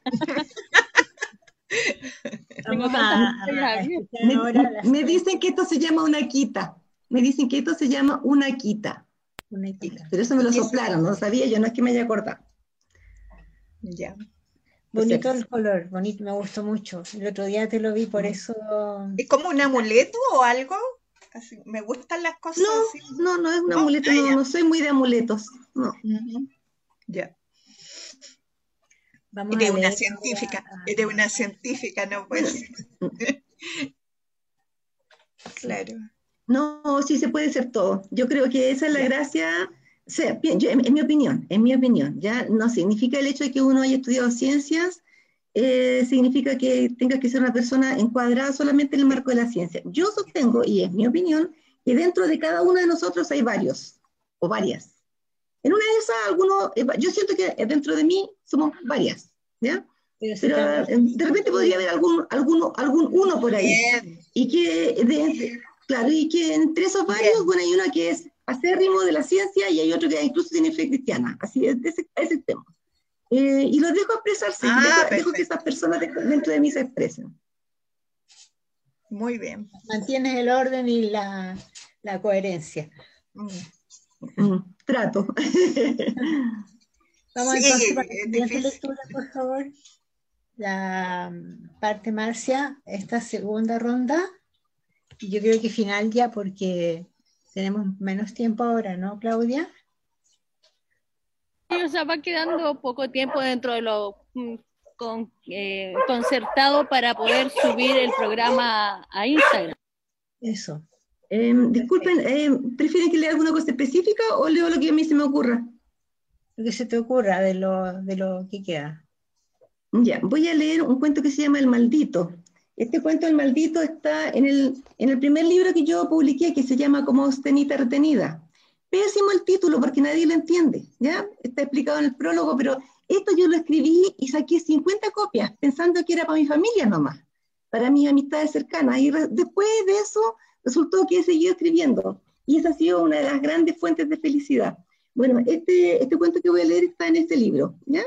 Tengo Vamos tantas a, pantallas a abiertas. escuchar Me, ahora la me siguiente- dicen que esto se llama una quita. Me dicen que esto se llama una quita. una quita. Pero eso me lo ¿Qué soplaron, no sabía yo, no es que me haya acordado. Ya. Bonito Perfecto. el color, bonito, me gustó mucho. El otro día te lo vi, por eso... ¿Es como un amuleto o algo? Así, me gustan las cosas No, así. no, no es un ¿No? amuleto, Ah, no, ya. no soy muy de amuletos. No. Ujú. Ya. Vamos Eres a una leer científica, ahora, eres una científica, no puede Bueno, ser. Claro. no, sí se puede ser todo. Yo creo que esa es la Ya. gracia. O sea, pi- yo- en, en mi opinión, en mi opinión, ya no significa el hecho de que uno haya estudiado ciencias, eh, significa que tenga que ser una persona encuadrada solamente en el marco de la ciencia. Yo sostengo, y es mi opinión, que dentro de cada uno de nosotros hay varios o varias. En una de esas, algunos, eh, yo siento que dentro de mí somos varias, ¿ya? pero si Pero estamos- eh, de repente podría haber algún, algún, algún uno por ahí. Bien. Y que, de, claro, y que entre esos varios, Bien. bueno, hay uno que es acérrimo de la ciencia y hay otro que incluso tiene fe cristiana. Así es, de ese, a ese tema. Eh, y los dejo expresarse, Ah, dejo, dejo que perfecto. esas personas de- dentro de mí se expresen. Muy bien. mantienes el orden y la, la coherencia. Mm. Mm, trato. Vamos Sí, entonces para la es siguiente difícil. lectura, por favor. La mm, parte Marcia, esta segunda ronda. Y yo creo que final ya porque tenemos menos tiempo ahora, ¿no, Claudia? Sí, o sea, va quedando poco tiempo dentro de lo mm, con, eh, concertado para poder subir el programa a Instagram. Eso. Eh, disculpen, eh, ¿prefieren que lea alguna cosa específica o leo lo que a mí se me ocurra? Lo que se te ocurra de lo, de lo que queda. Ya, voy a leer un cuento que se llama El Maldito. Este cuento, El Maldito, está en el, en el primer libro que yo publiqué, que se llama Como Stenita Retenida. Pésimo el título porque nadie lo entiende, ¿ya? Está explicado en el prólogo, pero esto yo lo escribí y saqué cincuenta copias, pensando que era para mi familia nomás, para mis amistades cercanas. Y re- después de eso, resultó que he seguido escribiendo. Y esa ha sido una de las grandes fuentes de felicidad. Bueno, este, este cuento que voy a leer está en este libro, ¿ya?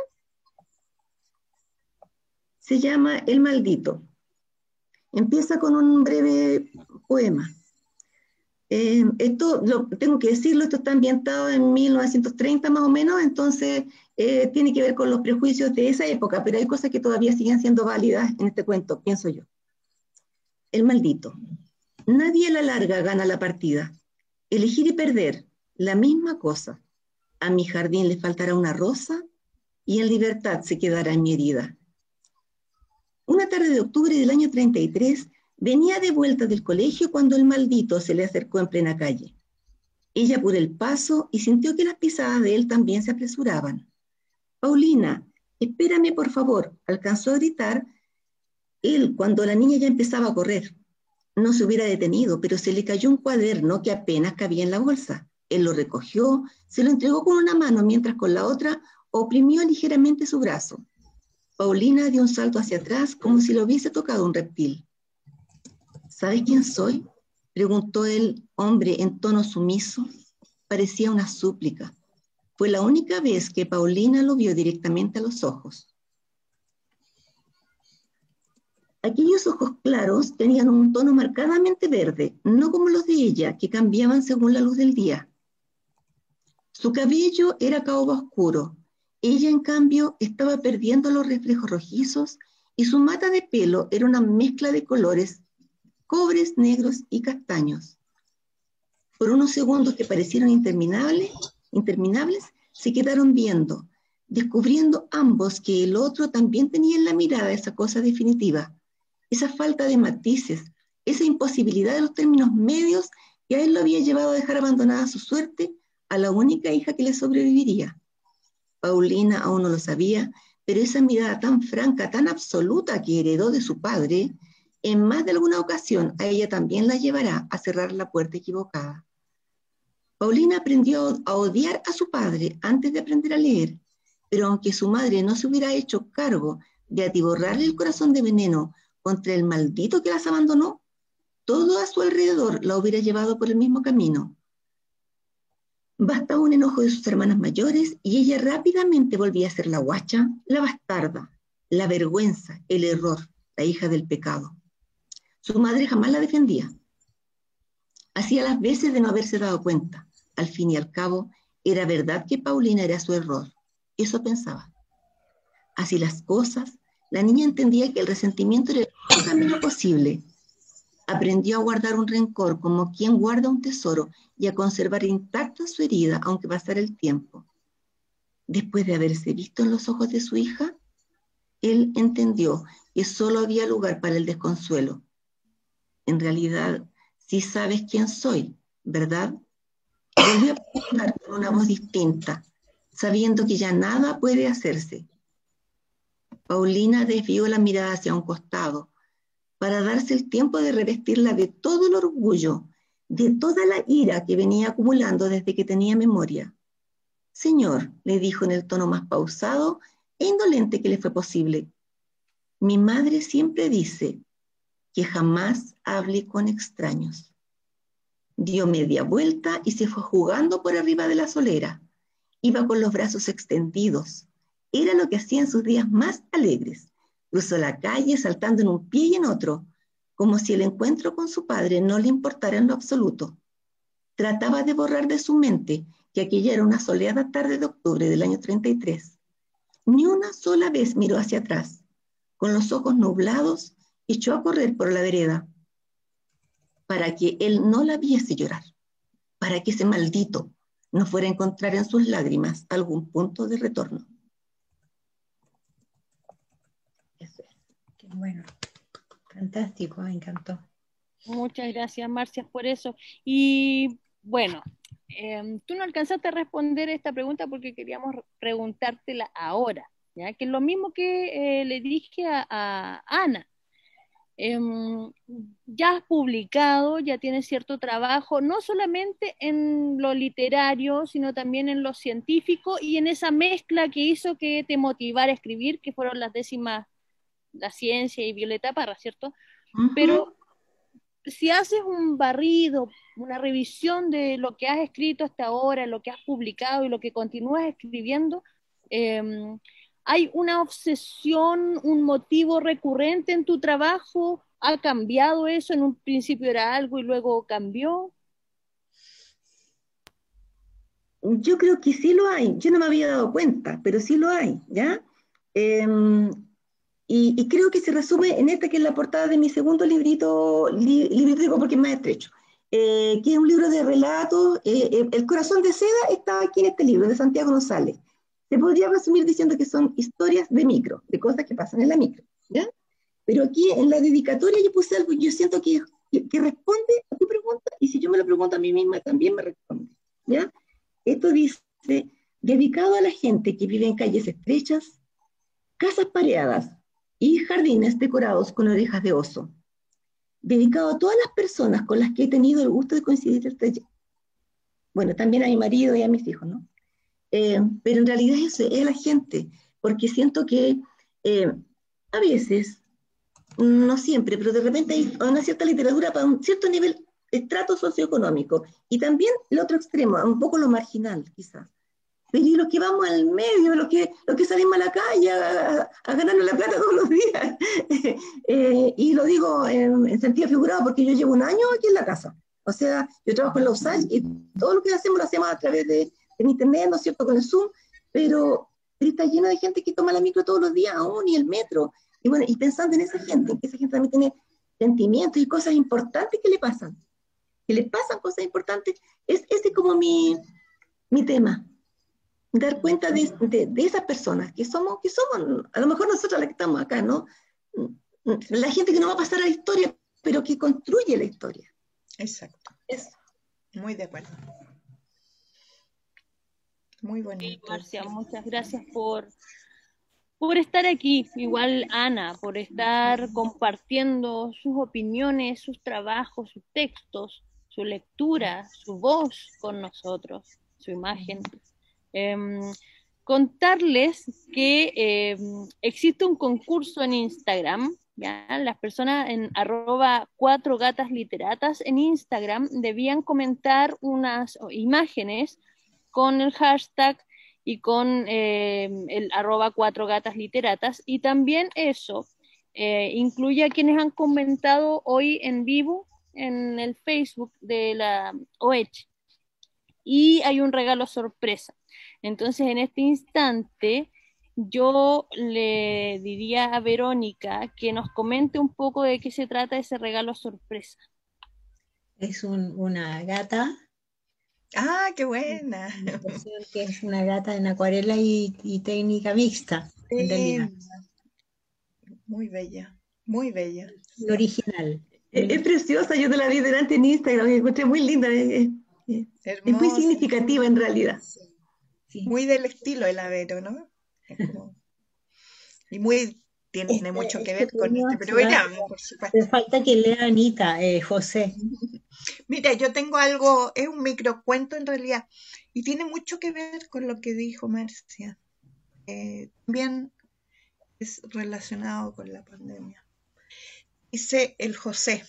Se llama El Maldito. Empieza con un breve poema. Eh, esto, lo, tengo que decirlo, esto está ambientado en mil novecientos treinta más o menos, entonces eh, tiene que ver con los prejuicios de esa época, pero hay cosas que todavía siguen siendo válidas en este cuento, pienso yo. El Maldito. Nadie a la larga gana la partida. Elegir y perder, la misma cosa. A mi jardín le faltará una rosa y en libertad se quedará en mi herida. Una tarde de octubre del año treinta y tres, venía de vuelta del colegio cuando el Maldito se le acercó en plena calle. Ella apuró el paso y sintió que las pisadas de él también se apresuraban. Paulina, espérame por favor, alcanzó a gritar él cuando la niña ya empezaba a correr. No se hubiera detenido, pero se le cayó un cuaderno que apenas cabía en la bolsa. Él lo recogió, se lo entregó con una mano mientras con la otra oprimió ligeramente su brazo. Paulina dio un salto hacia atrás como si lo hubiese tocado un reptil. ¿Sabes quién soy?, preguntó el hombre en tono sumiso. Parecía una súplica. Fue la única vez que Paulina lo vio directamente a los ojos. Aquellos ojos claros tenían un tono marcadamente verde, no como los de ella, que cambiaban según la luz del día. Su cabello era caoba oscuro. Ella, en cambio, estaba perdiendo los reflejos rojizos y su mata de pelo era una mezcla de colores, cobres, negros y castaños. Por unos segundos que parecieron interminables, interminables, se quedaron viendo, descubriendo ambos que el otro también tenía en la mirada esa cosa definitiva, esa falta de matices, esa imposibilidad de los términos medios que a él lo había llevado a dejar abandonada su suerte a la única hija que le sobreviviría. Paulina aún no lo sabía, pero esa mirada tan franca, tan absoluta que heredó de su padre, en más de alguna ocasión a ella también la llevará a cerrar la puerta equivocada. Paulina aprendió a odiar a su padre antes de aprender a leer, pero aunque su madre no se hubiera hecho cargo de atiborrarle el corazón de veneno contra el maldito que las abandonó, todo a su alrededor la hubiera llevado por el mismo camino. Bastaba un enojo de sus hermanas mayores y ella rápidamente volvía a ser la guacha, la bastarda, la vergüenza, el error, la hija del pecado. Su madre jamás la defendía. Hacía las veces de no haberse dado cuenta. Al fin y al cabo, era verdad que Paulina era su error. Eso pensaba. Así las cosas, la niña entendía que el resentimiento era el único camino posible. Aprendió a guardar un rencor como quien guarda un tesoro y a conservar intacta su herida aunque pasara el tiempo. Después de haberse visto en los ojos de su hija, él entendió que solo había lugar para el desconsuelo. En realidad, sí sabes quién soy, ¿verdad? Volvió a preguntar con una voz distinta, sabiendo que ya nada puede hacerse. Paulina desvió la mirada hacia un costado, para darse el tiempo de revestirla de todo el orgullo, de toda la ira que venía acumulando desde que tenía memoria. Señor, le dijo en el tono más pausado e indolente que le fue posible, mi madre siempre dice que jamás hable con extraños. Dio media vuelta y se fue jugando por arriba de la solera. Iba con los brazos extendidos. Era lo que hacía en sus días más alegres. Cruzó la calle saltando en un pie y en otro, como si el encuentro con su padre no le importara en lo absoluto. Trataba de borrar de su mente que aquella era una soleada tarde de octubre del año treinta y tres. Ni una sola vez miró hacia atrás. Con los ojos nublados, echó a correr por la vereda, para que él no la viese llorar, para que ese maldito no fuera a encontrar en sus lágrimas algún punto de retorno. Eso es. Qué bueno. Fantástico, me encantó. Muchas gracias, Marcia, por eso. Y bueno, eh, tú no alcanzaste a responder esta pregunta porque queríamos preguntártela ahora, ¿ya? Que es lo mismo que eh, le dije a, a Ana. Eh, ya has publicado, ya tienes cierto trabajo, no solamente en lo literario, sino también en lo científico y en esa mezcla que hizo que te motivara a escribir, que fueron las décimas, la ciencia y Violeta Parra, ¿cierto? Uh-huh. Pero si haces un barrido, una revisión de lo que has escrito hasta ahora, lo que has publicado y lo que continúas escribiendo, eh, ¿hay una obsesión, un motivo recurrente en tu trabajo? ¿Ha cambiado eso? ¿En un principio era algo y luego cambió? Yo creo que sí lo hay. Yo no me había dado cuenta, pero sí lo hay, ¿ya? Eh, y, y creo que se resume en esta que es la portada de mi segundo librito, li, librito digo porque es más estrecho, eh, que es un libro de relatos. Eh, eh, El corazón de seda está aquí en este libro, de Santiago González. Se podría resumir diciendo que son historias de micro, de cosas que pasan en la micro, ¿ya? Pero aquí en la dedicatoria yo puse algo que yo siento que, que, que responde a tu pregunta, y si yo me lo pregunto a mí misma también me responde, ¿ya? Esto dice, dedicado a la gente que vive en calles estrechas, casas pareadas y jardines decorados con orejas de oso. Dedicado a todas las personas con las que he tenido el gusto de coincidir este ayer. Bueno, también a mi marido y a mis hijos, ¿no? Eh, pero en realidad es, es la gente, porque siento que eh, a veces, no siempre, pero de repente hay una cierta literatura para un cierto nivel, estrato socioeconómico, y también el otro extremo, un poco lo marginal quizás. Pero y los que vamos al medio, los que, los que salimos a la calle a, a, a ganarnos la plata todos los días, eh, y lo digo en, en sentido figurado porque yo llevo un año aquí en la casa, o sea, yo trabajo en la U S A Ch y todo lo que hacemos lo hacemos a través de en internet, ¿no es cierto?, con el Zoom, pero, pero está lleno de gente que toma la micro todos los días aún, y el metro, y bueno, y pensando en esa gente, que esa gente también tiene sentimientos y cosas importantes que le pasan, que le pasan cosas importantes, es ese como mi, mi tema, dar cuenta de, de, de esas personas, que somos, que somos, a lo mejor nosotros las que estamos acá, ¿no?, la gente que no va a pasar a la historia, pero que construye la historia. Exacto. Eso. Muy de acuerdo. Muy Sí, bonito. Marcia, muchas gracias por, por estar aquí. Igual Ana, por estar compartiendo sus opiniones, sus trabajos, sus textos, su lectura, su voz con nosotros, su imagen. Em, contarles que em, existe un concurso en Instagram, ¿ya? Las personas en arroba cuatro gatas literatas en Instagram debían comentar unas imágenes con el hashtag y con eh, el arroba cuatro gatas literatas, y también eso eh, incluye a quienes han comentado hoy en vivo en el Facebook de la O E H, y hay un regalo sorpresa. Entonces, en este instante, yo le diría a Verónica que nos comente un poco de qué se trata ese regalo sorpresa. Es un, una gata. Ah, qué buena. Que es una gata en acuarela y, y técnica mixta, en realidad. Muy bella, muy bella. Y original. Es, es preciosa, yo te la vi delante en Instagram, me encontré muy linda. Es, es, es muy significativa en realidad. Sí. Sí. Muy del estilo el Avero, ¿no? Es como... Y muy, tiene este, mucho que este ver con este programa, por supuesto. Te falta que lea Anita, eh, José. Mira, yo tengo algo, es un microcuento en realidad, y tiene mucho que ver con lo que dijo Marcia. Eh, también es relacionado con la pandemia. Dice el José.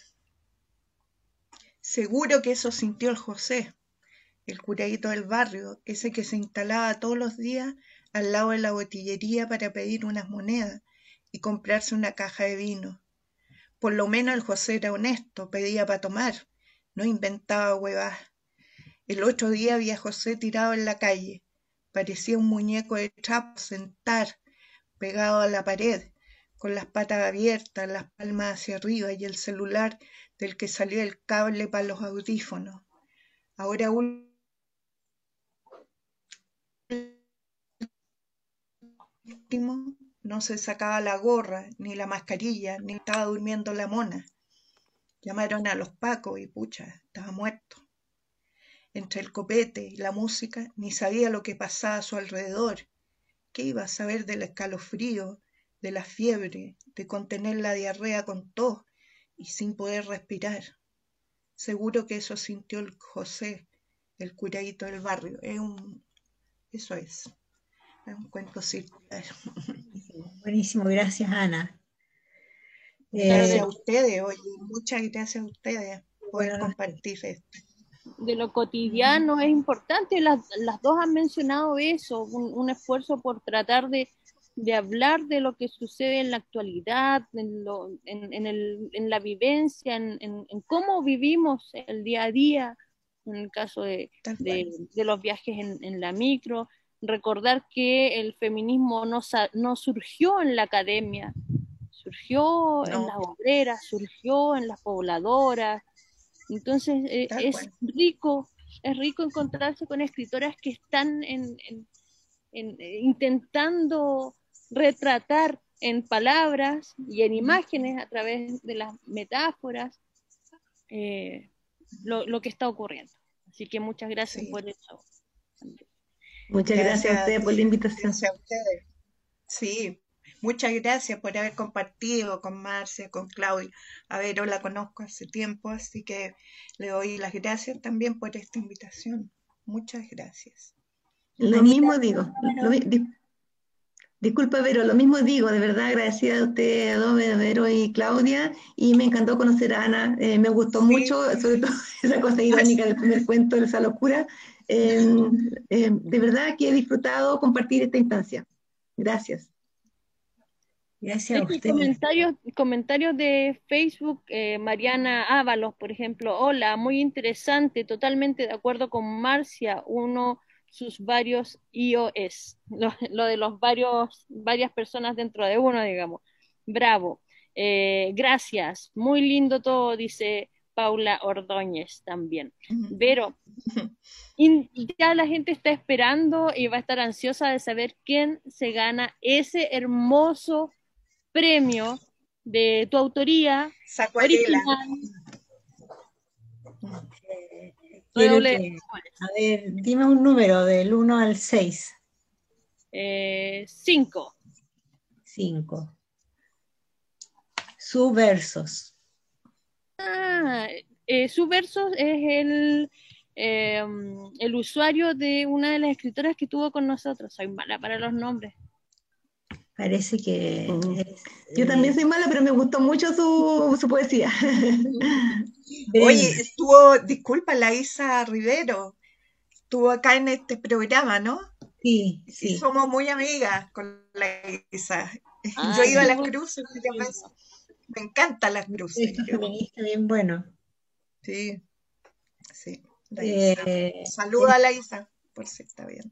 Seguro que eso sintió el José, el curadito del barrio, ese que se instalaba todos los días al lado de la botillería para pedir unas monedas y comprarse una caja de vino. Por lo menos el José era honesto, pedía para tomar, no inventaba huevas. El otro día vi a José tirado en la calle, parecía un muñeco de trapo sentar, pegado a la pared, con las patas abiertas, las palmas hacia arriba y el celular del que salió el cable para los audífonos. Ahora último no se sacaba la gorra, ni la mascarilla, ni estaba durmiendo la mona. Llamaron a los pacos y pucha, estaba muerto. Entre el copete y la música ni sabía lo que pasaba a su alrededor. ¿Qué iba a saber del escalofrío, de la fiebre, de contener la diarrea con tos y sin poder respirar? Seguro que eso sintió el José, el curadito del barrio. Es un, eso es, es un cuento circular. Buenísimo, gracias Ana. Gracias eh, a ustedes, oye, muchas gracias a ustedes por bueno, compartir esto. De lo cotidiano es importante, las, las dos han mencionado eso, un, un esfuerzo por tratar de, de hablar de lo que sucede en la actualidad, en, lo, en, en, el, en la vivencia, en, en, en cómo vivimos el día a día, en el caso de, de, de los viajes en, en la micro, recordar que el feminismo no, no surgió en la academia, surgió no. en las obreras, surgió en las pobladoras. Entonces eh, es rico, es rico encontrarse con escritoras que están en, en, en, intentando retratar en palabras y en imágenes a través de las metáforas eh, lo, lo que está ocurriendo. Así que muchas gracias sí. por eso. Muchas gracias, gracias a ustedes por la invitación. Gracias a ustedes. Sí. Muchas gracias por haber compartido con Marcia, con Claudia. A ver, yo la conozco hace tiempo, así que le doy las gracias también por esta invitación. Muchas gracias. Lo Anita, mismo digo. Lo, di, disculpa, Vero, lo mismo digo. De verdad, agradecida a ustedes, a Vero y Claudia. Y me encantó conocer a Ana. Eh, me gustó sí. mucho, sobre todo esa cosa irónica del primer cuento, de esa locura. Eh, eh, de verdad que he disfrutado compartir esta instancia. Gracias. Gracias a usted. Comentarios, comentarios de Facebook, eh, Mariana Ábalos, por ejemplo, hola, muy interesante, totalmente de acuerdo con Marcia, uno, sus varios I O S, lo, lo de los varios, varias personas dentro de uno, digamos, bravo, eh, gracias, muy lindo todo, dice Paula Ordóñez también, Vero, y ya la gente está esperando y va a estar ansiosa de saber quién se gana ese hermoso premio de tu autoría Sacuarela. Eh, Quiero Doble- que, a ver, dime un número del uno al seis. Eh, cinco. cinco. Subversos. Ah, eh, Subversos es el, eh, el usuario de una de las escritoras que tuvo con nosotros. Soy mala para los nombres. Parece que Mm. eres, Yo eh, también soy mala, pero me gustó mucho su, su poesía. Oye, Brenda. estuvo, disculpa, la Isa Rivero, estuvo acá en este programa, ¿no? Sí, Y sí. somos muy amigas con la Isa. Ah, Yo he ido a qué las bueno. cruces varias veces. Me encantan las cruces. Esto yo. feminista bien bueno. Sí, sí. La Isa. Eh, Saluda a la Isa, por si está bien.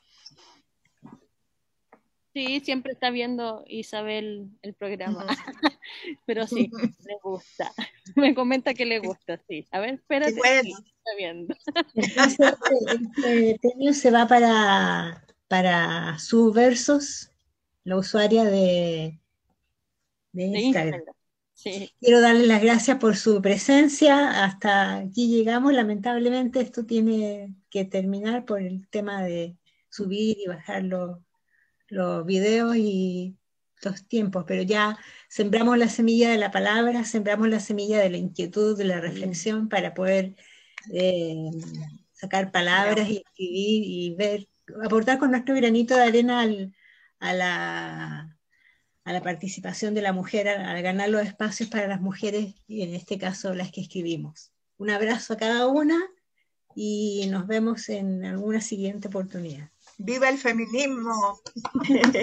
Sí, siempre está viendo Isabel el programa. Pero sí, le gusta. Me comenta que le gusta, sí. A ver, espérate. Qué bueno. Sí, está viendo. entonces, este, este premio se va para, para Subversos, la usuaria de, de De Instagram. Instagram. Sí. Quiero darles las gracias por su presencia. Hasta aquí llegamos. Lamentablemente esto tiene que terminar por el tema de subir y bajar los, los videos y los tiempos, pero ya sembramos la semilla de la palabra, sembramos la semilla de la inquietud, de la reflexión para poder eh, sacar palabras y escribir y ver, aportar con nuestro granito de arena al, a la a la participación de la mujer, al ganar los espacios para las mujeres y en este caso las que escribimos. Un abrazo a cada una y nos vemos en alguna siguiente oportunidad. ¡Viva el feminismo!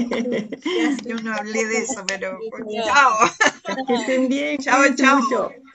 Gracias. Yo no hablé de eso, pero Gracias. chao. Que estén bien, Chao, cuídense chao. mucho.